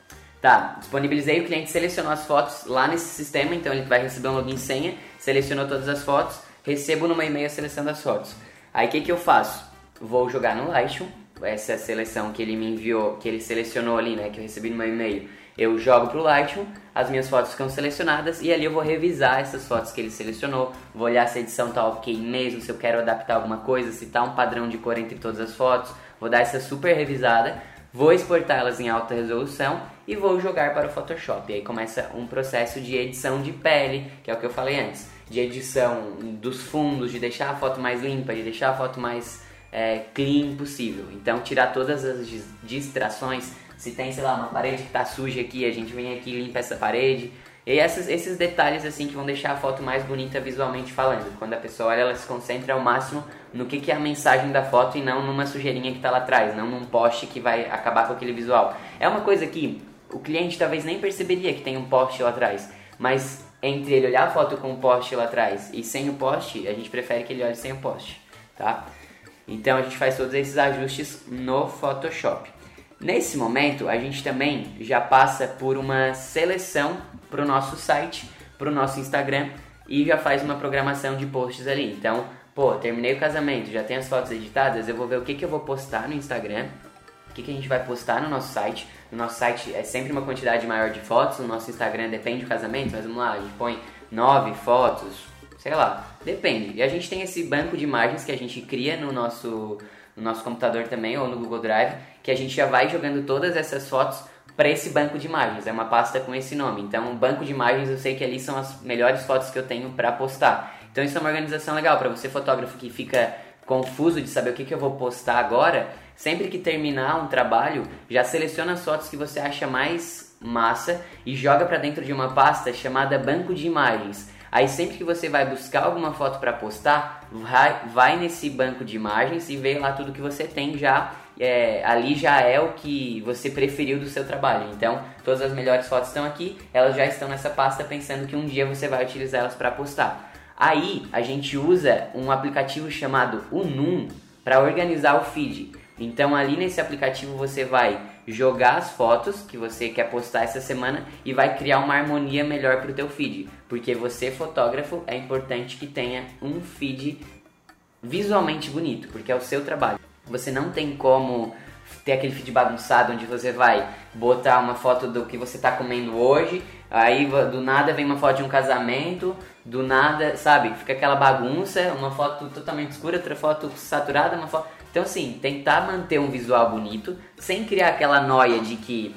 Tá, disponibilizei, o cliente selecionou as fotos lá nesse sistema, então ele vai receber um login e senha, selecionou todas as fotos, recebo no meu e-mail a seleção das fotos. Aí o que que eu faço? Vou jogar no Lightroom, essa é a seleção que ele me enviou, que ele selecionou ali, né, que eu recebi no meu e-mail. Eu jogo pro Lightroom, as minhas fotos ficam selecionadas e ali eu vou revisar essas fotos que ele selecionou, vou olhar se a edição tá ok mesmo, se eu quero adaptar alguma coisa, se tá um padrão de cor entre todas as fotos, vou dar essa super revisada, vou exportá-las em alta resolução e vou jogar para o Photoshop. E aí começa um processo de edição de pele, que é o que eu falei antes, de edição dos fundos, de deixar a foto mais limpa, de deixar a foto mais é, clean possível. Então tirar todas as distrações. Se tem, sei lá, uma parede que tá suja aqui, a gente vem aqui e limpa essa parede. E esses, esses detalhes assim que vão deixar a foto mais bonita visualmente falando. Quando a pessoa olha, ela se concentra ao máximo no que, que é a mensagem da foto e não numa sujeirinha que tá lá atrás, não num poste que vai acabar com aquele visual. É uma coisa que o cliente talvez nem perceberia que tem um poste lá atrás, mas entre ele olhar a foto com o poste lá atrás e sem o poste, a gente prefere que ele olhe sem o poste, tá? Então a gente faz todos esses ajustes no Photoshop. Nesse momento, a gente também já passa por uma seleção para o nosso site, para o nosso Instagram e já faz uma programação de posts ali. Então, pô, terminei o casamento, já tenho as fotos editadas, eu vou ver o que, que eu vou postar no Instagram, o que, que a gente vai postar no nosso site. No nosso site é sempre uma quantidade maior de fotos, no nosso Instagram depende do casamento, mas vamos lá, a gente põe nove fotos, sei lá, depende. E a gente tem esse banco de imagens que a gente cria no nosso... no nosso computador também, ou no Google Drive, que a gente já vai jogando todas essas fotos para esse banco de imagens. É uma pasta com esse nome. Então, o banco de imagens, eu sei que ali são as melhores fotos que eu tenho para postar. Então, isso é uma organização legal para você, fotógrafo, que fica confuso de saber o que, que eu vou postar agora. Sempre que terminar um trabalho, já seleciona as fotos que você acha mais massa e joga para dentro de uma pasta chamada banco de imagens. Aí sempre que você vai buscar alguma foto para postar, vai, vai nesse banco de imagens e vê lá tudo que você tem já, é, ali já é o que você preferiu do seu trabalho. Então, todas as melhores fotos estão aqui, elas já estão nessa pasta pensando que um dia você vai utilizar elas para postar. Aí, a gente usa um aplicativo chamado Unum para organizar o feed. Então, ali nesse aplicativo você vai jogar as fotos que você quer postar essa semana e vai criar uma harmonia melhor para o teu feed, porque você, fotógrafo, é importante que tenha um feed visualmente bonito, porque é o seu trabalho. Você não tem como ter aquele feed bagunçado onde você vai botar uma foto do que você está comendo hoje, aí do nada vem uma foto de um casamento, do nada, sabe, fica aquela bagunça, uma foto totalmente escura, outra foto saturada, uma foto... Então, assim, tentar manter um visual bonito, sem criar aquela noia de que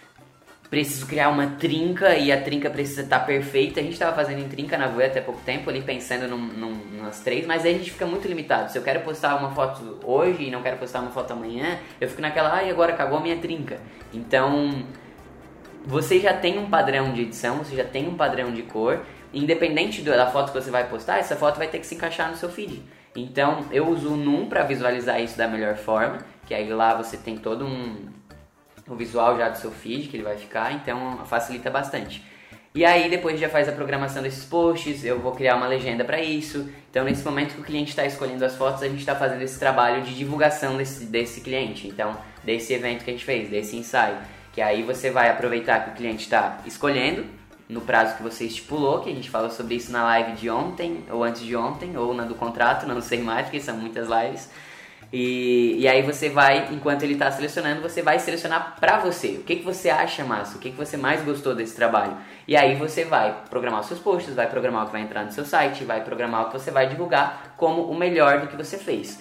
preciso criar uma trinca e a trinca precisa estar perfeita. A gente estava fazendo em trinca na Voe até pouco tempo, ali pensando num, num, nas três, mas aí a gente fica muito limitado. Se eu quero postar uma foto hoje e não quero postar uma foto amanhã, eu fico naquela, ai, agora acabou a minha trinca. Então, você já tem um padrão de edição, você já tem um padrão de cor, independente da foto que você vai postar, essa foto vai ter que se encaixar no seu feed. Então, eu uso o Num para visualizar isso da melhor forma, que aí lá você tem todo um o visual já do seu feed, que ele vai ficar, então facilita bastante. E aí, depois já faz a programação desses posts, eu vou criar uma legenda para isso. Então, nesse momento que o cliente está escolhendo as fotos, a gente está fazendo esse trabalho de divulgação desse, desse cliente, então, desse evento que a gente fez, desse ensaio. Que aí você vai aproveitar que o cliente está escolhendo, no prazo que você estipulou, que a gente falou sobre isso na live de ontem, ou antes de ontem, ou na do contrato, não sei mais, porque são muitas lives. E, e aí você vai, enquanto ele está selecionando, você vai selecionar pra você. O que, que você acha massa? O que, que você mais gostou desse trabalho? E aí você vai programar os seus posts, vai programar o que vai entrar no seu site, vai programar o que você vai divulgar como o melhor do que você fez.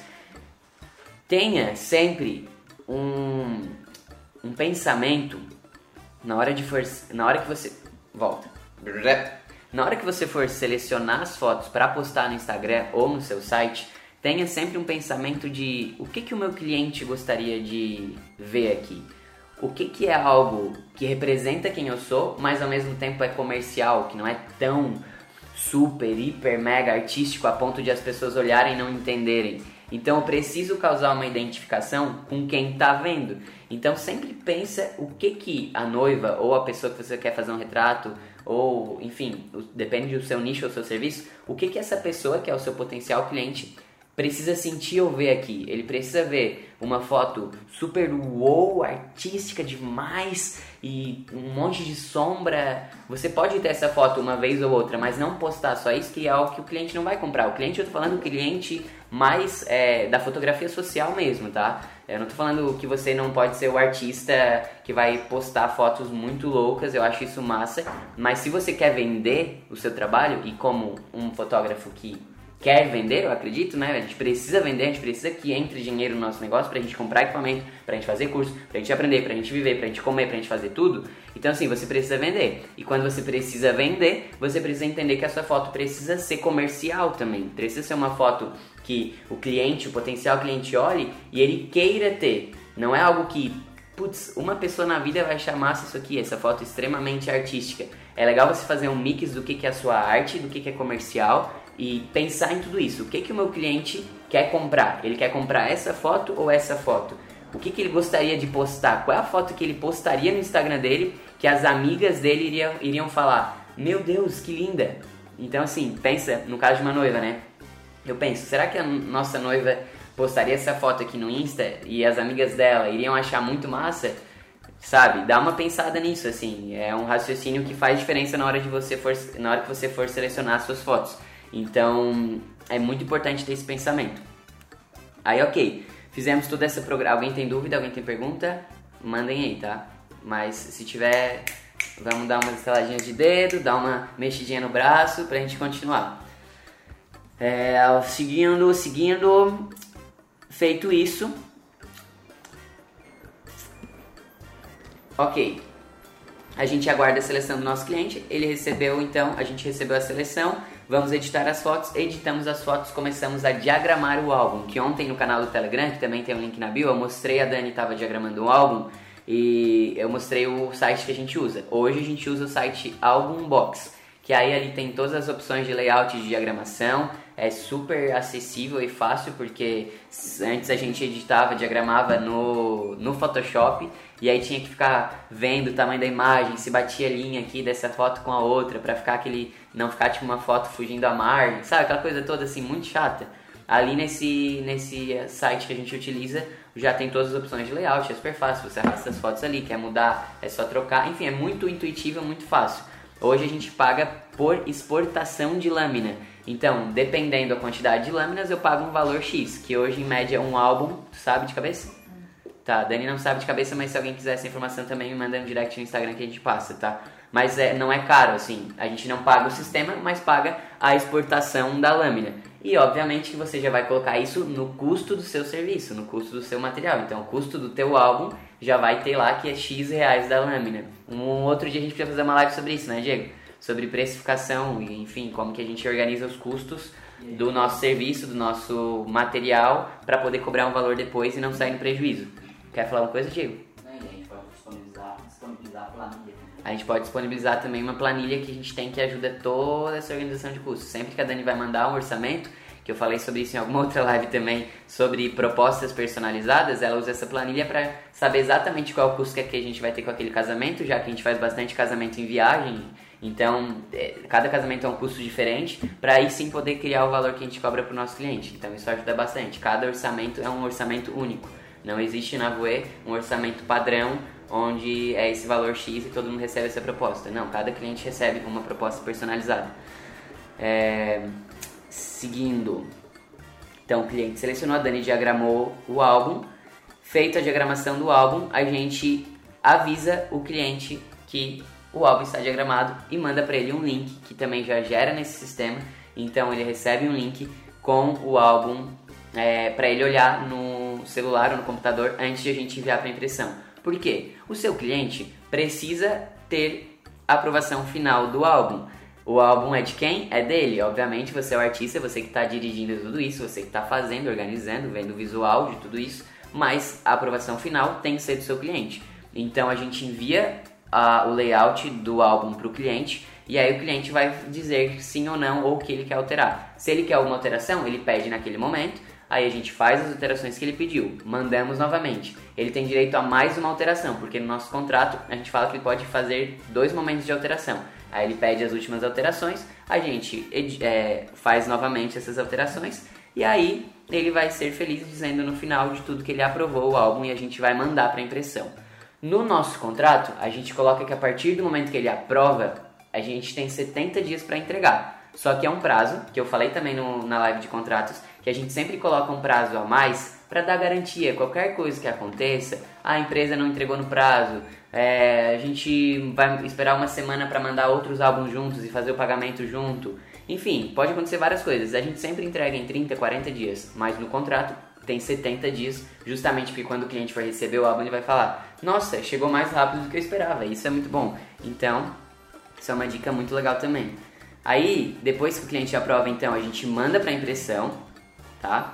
Tenha sempre um, um pensamento na hora de for, na hora que você... Volta. na hora que você for selecionar as fotos para postar no Instagram ou no seu site, tenha sempre um pensamento de o que, que o meu cliente gostaria de ver aqui. O que, que é algo que representa quem eu sou, mas ao mesmo tempo é comercial, que não é tão super, hiper, mega artístico a ponto de as pessoas olharem e não entenderem. Então eu preciso causar uma identificação com quem está vendo. Então sempre pensa o que, que a noiva ou a pessoa que você quer fazer um retrato, ou enfim, depende do seu nicho ou do seu serviço, o que, que essa pessoa, que é o seu potencial cliente, precisa sentir ou ver aqui. Ele precisa ver uma foto super wow, artística demais e um monte de sombra. Você pode ter essa foto uma vez ou outra, mas não postar só isso, que é algo que o cliente não vai comprar. O cliente, eu tô falando do cliente mais é, da fotografia social mesmo, tá? Eu não tô falando que você não pode ser o artista que vai postar fotos muito loucas, eu acho isso massa. Mas se você quer vender o seu trabalho, e como um fotógrafo que quer vender, eu acredito, né? A gente precisa vender, a gente precisa que entre dinheiro no nosso negócio pra gente comprar equipamento, pra gente fazer curso, pra gente aprender, pra gente viver, pra gente comer, pra gente fazer tudo. Então assim, você precisa vender. E quando você precisa vender, você precisa entender que a sua foto precisa ser comercial também. Precisa ser uma foto que o cliente, o potencial cliente olhe e ele queira ter. Não é algo que, putz, uma pessoa na vida vai achar massa isso aqui, essa foto extremamente artística. É legal você fazer um mix do que, que é a sua arte, do que, que é comercial, e pensar em tudo isso. O que, que o meu cliente quer comprar? Ele quer comprar essa foto ou essa foto? O que, que ele gostaria de postar? Qual é a foto que ele postaria no Instagram dele que as amigas dele iriam, iriam falar: meu Deus, que linda! Então assim, pensa no caso de uma noiva, né? Eu penso, será que a nossa noiva postaria essa foto aqui no Insta e as amigas dela iriam achar muito massa? Sabe? Dá uma pensada nisso, assim. É um raciocínio que faz diferença na hora, de você for, na hora que você for selecionar as suas fotos. Então, é muito importante ter esse pensamento. Aí, ok, fizemos toda essa programa. Alguém tem dúvida? Alguém tem pergunta? Mandem aí, tá? Mas se tiver, vamos dar umas estaladinhas de dedo, dar uma mexidinha no braço pra gente continuar. É, seguindo, seguindo, feito isso. Ok, a gente aguarda a seleção do nosso cliente. Ele recebeu, então, a gente recebeu a seleção. Vamos editar as fotos, editamos as fotos, começamos a diagramar o álbum. Que ontem no canal do Telegram, que também tem um link na bio, eu mostrei, a Dani estava diagramando um álbum e eu mostrei o site que a gente usa. Hoje a gente usa o site Album Box, que aí ali tem todas as opções de layout de diagramação. É super acessível e fácil, porque antes a gente editava, diagramava no, no Photoshop, e aí tinha que ficar vendo o tamanho da imagem, se batia a linha aqui dessa foto com a outra, pra ficar aquele, não ficar tipo uma foto fugindo à margem, sabe? Aquela coisa toda assim, muito chata. Ali nesse, nesse site que a gente utiliza, já tem todas as opções de layout, é super fácil, você arrasta as fotos ali, quer mudar, é só trocar, enfim, é muito intuitivo, muito fácil. Hoje a gente paga por exportação de lâmina. Então, dependendo da quantidade de lâminas, eu pago um valor X, que hoje em média um álbum, tu sabe de cabeça? Tá, Dani não sabe de cabeça, mas se alguém quiser essa informação também me manda um direct no Instagram que a gente passa, tá? Mas é, não é caro, assim, a gente não paga o sistema, mas paga a exportação da lâmina. E obviamente que você já vai colocar isso no custo do seu serviço, no custo do seu material. Então o custo do teu álbum já vai ter lá que é X reais da lâmina. Um outro dia a gente precisa fazer uma live sobre isso, né, Diego? Sobre precificação e, enfim, como que a gente organiza os custos do nosso serviço, do nosso material, para poder cobrar um valor depois e não sair no prejuízo. Quer falar uma coisa, Diego? Não, a gente pode disponibilizar, disponibilizar a planilha. A gente pode disponibilizar também uma planilha que a gente tem que ajuda toda essa organização de custos. Sempre que a Dani vai mandar um orçamento, que eu falei sobre isso em alguma outra live também, sobre propostas personalizadas, ela usa essa planilha para saber exatamente qual é o custo que a gente vai ter com aquele casamento, já que a gente faz bastante casamento em viagem. Então, cada casamento é um custo diferente, para aí sim poder criar o valor que a gente cobra para o nosso cliente. Então isso ajuda bastante. Cada orçamento é um orçamento único. Não existe na Voe um orçamento padrão, onde é esse valor X e todo mundo recebe essa proposta. Não, cada cliente recebe uma proposta personalizada. É... Seguindo. Então o cliente selecionou, a Dani diagramou o álbum. Feita a diagramação do álbum, a gente avisa o cliente que o álbum está diagramado e manda para ele um link que também já gera nesse sistema. Então ele recebe um link com o álbum é, para ele olhar no celular ou no computador antes de a gente enviar para impressão. Por quê? O seu cliente precisa ter a aprovação final do álbum. O álbum é de quem? É dele. Obviamente você é o artista, você que está dirigindo tudo isso, você que está fazendo, organizando, vendo o visual de tudo isso, mas a aprovação final tem que ser do seu cliente. Então a gente envia a, o layout do álbum para o cliente e aí o cliente vai dizer sim ou não ou o que ele quer alterar. Se ele quer alguma alteração, ele pede naquele momento, aí a gente faz as alterações que ele pediu, mandamos novamente. Ele tem direito a mais uma alteração, porque no nosso contrato a gente fala que ele pode fazer dois momentos de alteração. Aí ele pede as últimas alterações, a gente é, faz novamente essas alterações e aí ele vai ser feliz dizendo no final de tudo que ele aprovou o álbum e a gente vai mandar para impressão. No nosso contrato, a gente coloca que a partir do momento que ele aprova, a gente tem setenta dias para entregar. Só que é um prazo, que eu falei também no, na live de contratos, que a gente sempre coloca um prazo a mais para dar garantia. Qualquer coisa que aconteça, a empresa não entregou no prazo, é, a gente vai esperar uma semana para mandar outros álbuns juntos e fazer o pagamento junto. Enfim, pode acontecer várias coisas. A gente sempre entrega em trinta, quarenta dias, mas no contrato tem setenta dias, justamente porque quando o cliente for receber o álbum ele vai falar: nossa, chegou mais rápido do que eu esperava, isso é muito bom. Então, isso é uma dica muito legal também. Aí, depois que o cliente aprova, então, a gente manda para impressão, tá?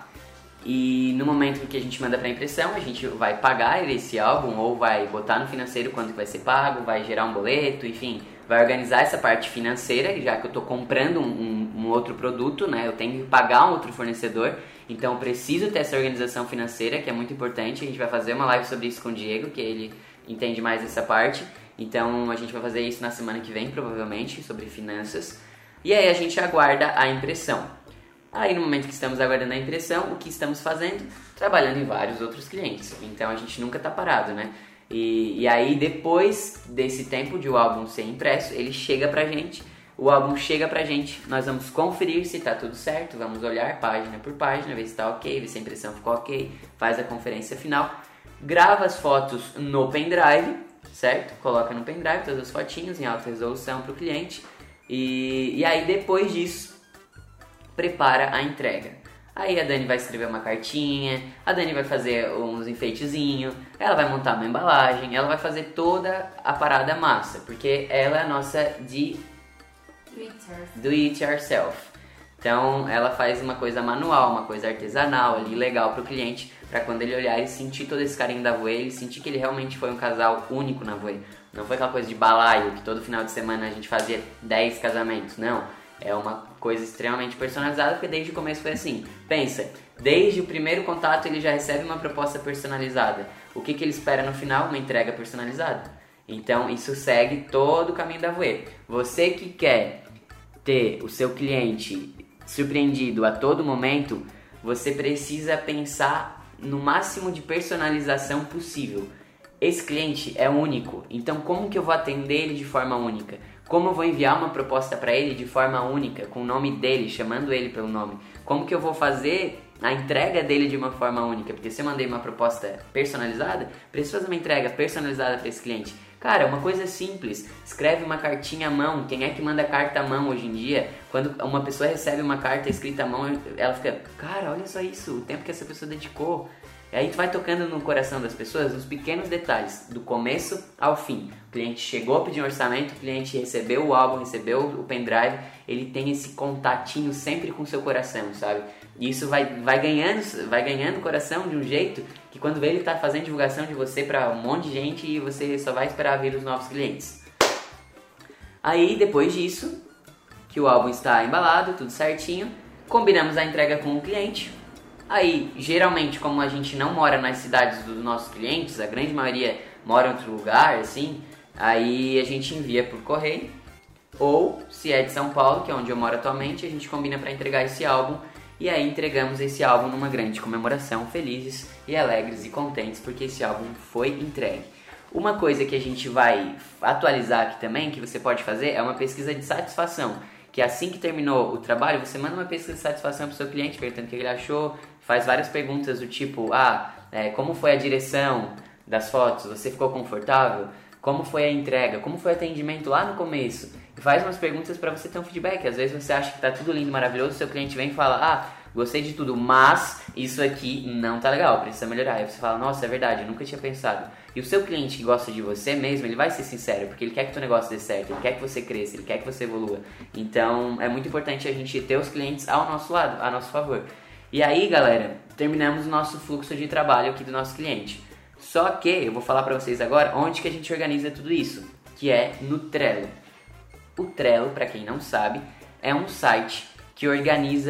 E no momento que a gente manda para impressão, a gente vai pagar esse álbum ou vai botar no financeiro quanto vai ser pago, vai gerar um boleto, enfim, vai organizar essa parte financeira, já que eu estou comprando um, um, um outro produto, né? Eu tenho que pagar um outro fornecedor, então eu preciso ter essa organização financeira, que é muito importante. A gente vai fazer uma live sobre isso com o Diego, que ele entende mais essa parte. Então a gente vai fazer isso na semana que vem, provavelmente, sobre finanças. E aí a gente aguarda a impressão. Aí no momento que estamos aguardando a impressão, o que estamos fazendo? Trabalhando em vários outros clientes. Então a gente nunca está parado, né? E, e aí depois desse tempo de o álbum ser impresso, ele chega pra gente. O álbum chega pra gente, nós vamos conferir se tá tudo certo, vamos olhar página por página, ver se tá ok, ver se a impressão ficou ok, faz a conferência final, grava as fotos no pendrive, certo? Coloca no pendrive todas as fotinhos em alta resolução pro cliente. E, e aí depois disso, prepara a entrega. Aí a Dani vai escrever uma cartinha, a Dani vai fazer uns enfeitezinhos, ela vai montar uma embalagem, ela vai fazer toda a parada massa, porque ela é a nossa de do it yourself. Então ela faz uma coisa manual, uma coisa artesanal ali, legal pro cliente, para quando ele olhar e sentir todo esse carinho da Voe, ele sentir que ele realmente foi um casal único na Voe. Não foi aquela coisa de balaio, que todo final de semana a gente fazia dez casamentos, não. É uma coisa extremamente personalizada, porque desde o começo foi assim. Pensa, desde o primeiro contato ele já recebe uma proposta personalizada. O que, que ele espera no final? Uma entrega personalizada. Então isso segue todo o caminho da Voe. Você que quer ter o seu cliente surpreendido a todo momento, você precisa pensar no máximo de personalização possível. Esse cliente é único, então como que eu vou atender ele de forma única? Como eu vou enviar uma proposta para ele de forma única, com o nome dele, chamando ele pelo nome? Como que eu vou fazer a entrega dele de uma forma única? Porque se eu mandei uma proposta personalizada, preciso fazer uma entrega personalizada para esse cliente. Cara, é uma coisa simples. Escreve uma cartinha à mão. Quem é que manda carta à mão hoje em dia? Quando uma pessoa recebe uma carta escrita à mão, ela fica: cara, olha só isso, o tempo que essa pessoa dedicou. E aí tu vai tocando no coração das pessoas nos pequenos detalhes, do começo ao fim. O cliente chegou a pedir um orçamento, o cliente recebeu o álbum, recebeu o pendrive, ele tem esse contatinho sempre com o seu coração, sabe? E isso vai, vai ganhando vai ganhando o coração de um jeito que quando vê ele tá fazendo divulgação de você para um monte de gente e você só vai esperar vir os novos clientes. Aí depois disso, que o álbum está embalado, tudo certinho, combinamos a entrega com o cliente. Aí, geralmente, como a gente não mora nas cidades dos nossos clientes, a grande maioria mora em outro lugar, assim, aí a gente envia por correio. Ou, se é de São Paulo, que é onde eu moro atualmente, a gente combina para entregar esse álbum. E aí entregamos esse álbum numa grande comemoração, felizes e alegres e contentes, porque esse álbum foi entregue. Uma coisa que a gente vai atualizar aqui também, que você pode fazer, é uma pesquisa de satisfação. Que assim que terminou o trabalho, você manda uma pesquisa de satisfação para o seu cliente, perguntando o que ele achou, faz várias perguntas do tipo: ah, é, como foi a direção das fotos? Você ficou confortável? Como foi a entrega? Como foi o atendimento lá no começo? E faz umas perguntas para você ter um feedback. Às vezes você acha que está tudo lindo, maravilhoso, seu cliente vem e fala: ah, gostei de tudo, mas isso aqui não tá legal, precisa melhorar. Aí você fala, nossa, é verdade, eu nunca tinha pensado. E o seu cliente que gosta de você mesmo, ele vai ser sincero, porque ele quer que o teu negócio dê certo, ele quer que você cresça, ele quer que você evolua. Então, é muito importante a gente ter os clientes ao nosso lado, a nosso favor. E aí, galera, terminamos o nosso fluxo de trabalho aqui do nosso cliente. Só que, eu vou falar pra vocês agora onde que a gente organiza tudo isso, que é no Trello. O Trello, pra quem não sabe, é um site que organiza...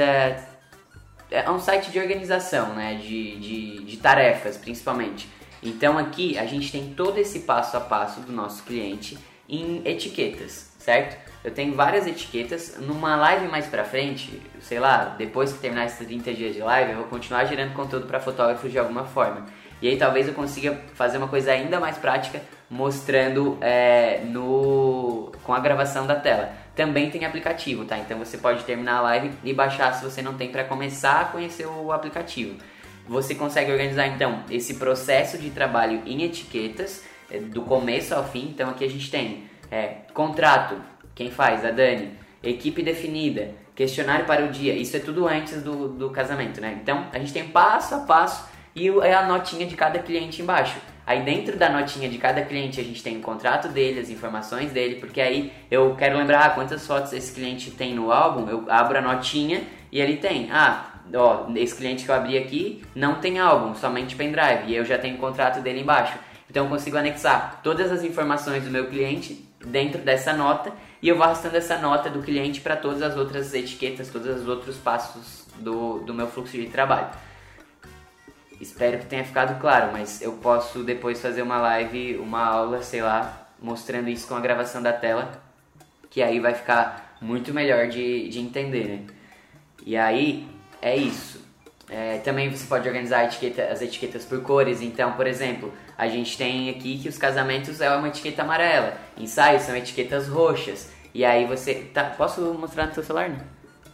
É um site de organização, né, de, de, de tarefas, principalmente. Então aqui a gente tem todo esse passo a passo do nosso cliente em etiquetas, certo? Eu tenho várias etiquetas. Numa live mais pra frente, sei lá, depois que terminar esses trinta dias de live, eu vou continuar gerando conteúdo para fotógrafos de alguma forma. E aí talvez eu consiga fazer uma coisa ainda mais prática, mostrando é, no, com a gravação da tela. Também tem aplicativo, tá? Então você pode terminar a live e baixar se você não tem, para começar a conhecer o aplicativo. Você consegue organizar então esse processo de trabalho em etiquetas, é, do começo ao fim. Então aqui a gente tem é, contrato, quem faz? A Dani. Equipe definida, questionário para o dia. Isso é tudo antes do, do casamento, né? Então a gente tem passo a passo e é a notinha de cada cliente embaixo. Aí dentro da notinha de cada cliente a gente tem o contrato dele, as informações dele, porque aí eu quero lembrar ah, quantas fotos esse cliente tem no álbum, eu abro a notinha e ele tem, ah, ó, esse cliente que eu abri aqui não tem álbum, somente pendrive, e eu já tenho o contrato dele embaixo. Então eu consigo anexar todas as informações do meu cliente dentro dessa nota e eu vou arrastando essa nota do cliente para todas as outras etiquetas, todos os outros passos do, do meu fluxo de trabalho. Espero que tenha ficado claro, mas eu posso depois fazer uma live, uma aula, sei lá, mostrando isso com a gravação da tela, que aí vai ficar muito melhor de, de entender, né? E aí, é isso. É, também você pode organizar a etiqueta, as etiquetas por cores. Então, por exemplo, a gente tem aqui que os casamentos é uma etiqueta amarela, ensaios são etiquetas roxas. E aí você... Tá, posso mostrar no seu celular, né?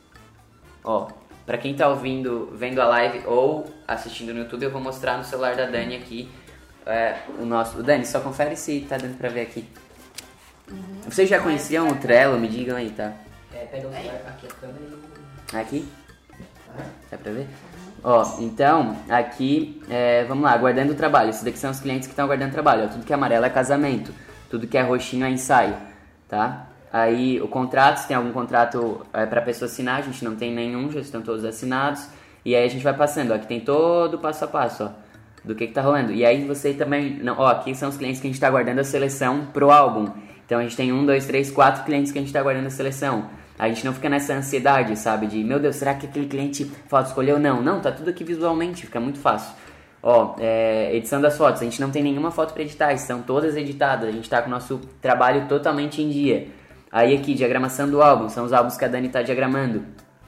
Ó... Pra quem tá ouvindo, vendo a live ou assistindo no YouTube, eu vou mostrar no celular da Dani aqui é, o nosso... Dani, só confere se tá dando pra ver aqui. Uhum. Vocês já conheciam o Trello? Me digam aí, tá? É, pega o celular aqui, a câmera e... Aqui? Uhum. Dá pra ver? Uhum. Ó, então, aqui, é, vamos lá, aguardando o trabalho. Esses daqui são os clientes que estão aguardando trabalho. Ó, tudo que é amarelo é casamento, tudo que é roxinho é ensaio, tá? Aí o contrato, se tem algum contrato é, para a pessoa assinar, a gente não tem nenhum, já estão todos assinados. E aí a gente vai passando, ó, aqui tem todo o passo a passo, ó, do que que tá rolando. E aí você também, não, ó, aqui são os clientes que a gente tá aguardando a seleção pro álbum. Então a gente tem um, dois, três, quatro clientes que a gente tá aguardando a seleção. A gente não fica nessa ansiedade, sabe, de, meu Deus, será que aquele cliente foto escolheu? Não, não, tá tudo aqui visualmente, fica muito fácil. Ó, é, edição das fotos, a gente não tem nenhuma foto para editar, estão todas editadas, a gente tá com o nosso trabalho totalmente em dia. Aí aqui, diagramação do álbum, são os álbuns que a Dani tá diagramando.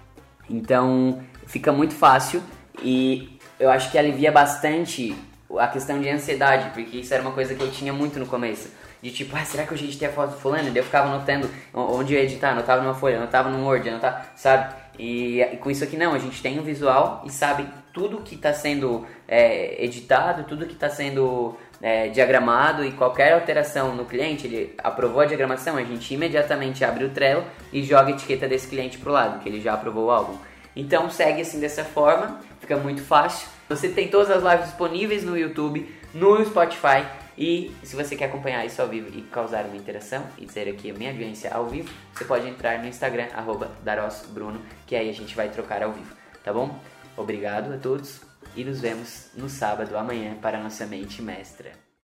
Então, fica muito fácil e eu acho que alivia bastante a questão de ansiedade, porque isso era uma coisa que eu tinha muito no começo. De tipo, ah, será que hoje editei a foto do fulano? Daí eu ficava anotando onde eu ia editar, anotava numa folha, anotava num Word, anotava, sabe? E, e com isso aqui não, a gente tem um visual e sabe tudo que está sendo é, editado, tudo que está sendo é, diagramado e qualquer alteração no cliente, ele aprovou a diagramação, a gente imediatamente abre o Trello e joga a etiqueta desse cliente pro lado, que ele já aprovou o álbum. Então segue assim dessa forma, fica muito fácil. Você tem todas as lives disponíveis no YouTube, no Spotify. E se você quer acompanhar isso ao vivo e causar uma interação e dizer aqui a minha audiência ao vivo, você pode entrar no Instagram, arroba darosbruno, que aí a gente vai trocar ao vivo, tá bom? Obrigado a todos e nos vemos no sábado amanhã para a nossa mente mestra.